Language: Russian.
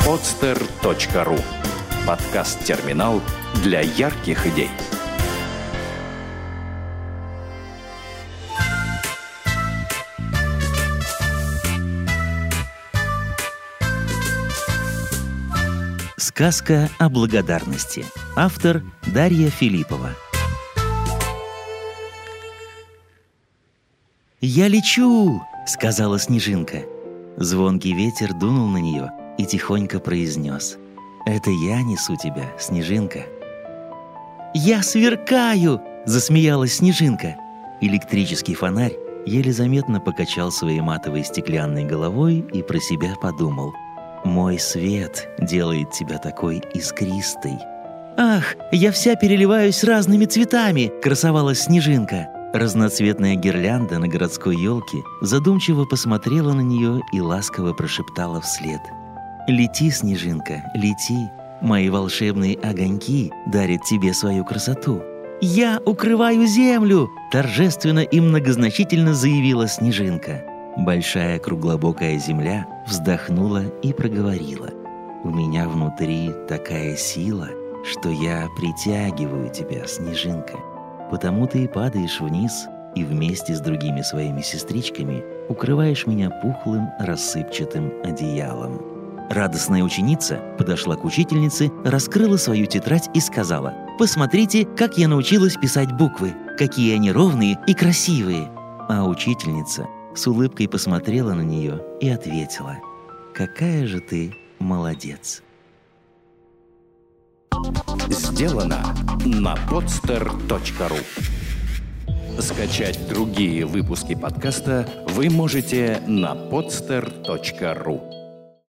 podster.ru. Подкаст-терминал для ярких идей. Сказка о благодарности. Автор Дарья Филиппова. «Я лечу!» — сказала Снежинка. Звонкий ветер дунул на нее и тихонько произнес: «Это я несу тебя, Снежинка». «Я сверкаю!» — засмеялась Снежинка. Электрический фонарь еле заметно покачал своей матовой стеклянной головой и про себя подумал: «Мой свет делает тебя такой искристой». «Ах, я вся переливаюсь разными цветами!» — красовалась Снежинка. Разноцветная гирлянда на городской елке задумчиво посмотрела на нее и ласково прошептала вслед: «Лети, Снежинка, лети, мои волшебные огоньки дарят тебе свою красоту». «Я укрываю землю!» — торжественно и многозначительно заявила Снежинка. Большая круглобокая земля вздохнула и проговорила: «У меня внутри такая сила, что я притягиваю тебя, Снежинка. Потому ты и падаешь вниз, и вместе с другими своими сестричками укрываешь меня пухлым рассыпчатым одеялом». Радостная ученица подошла к учительнице, раскрыла свою тетрадь и сказала: «Посмотрите, как я научилась писать буквы, какие они ровные и красивые». А учительница с улыбкой посмотрела на нее и ответила: «Какая же ты молодец». Сделано на podster.ru. Скачать другие выпуски подкаста вы можете на podster.ru.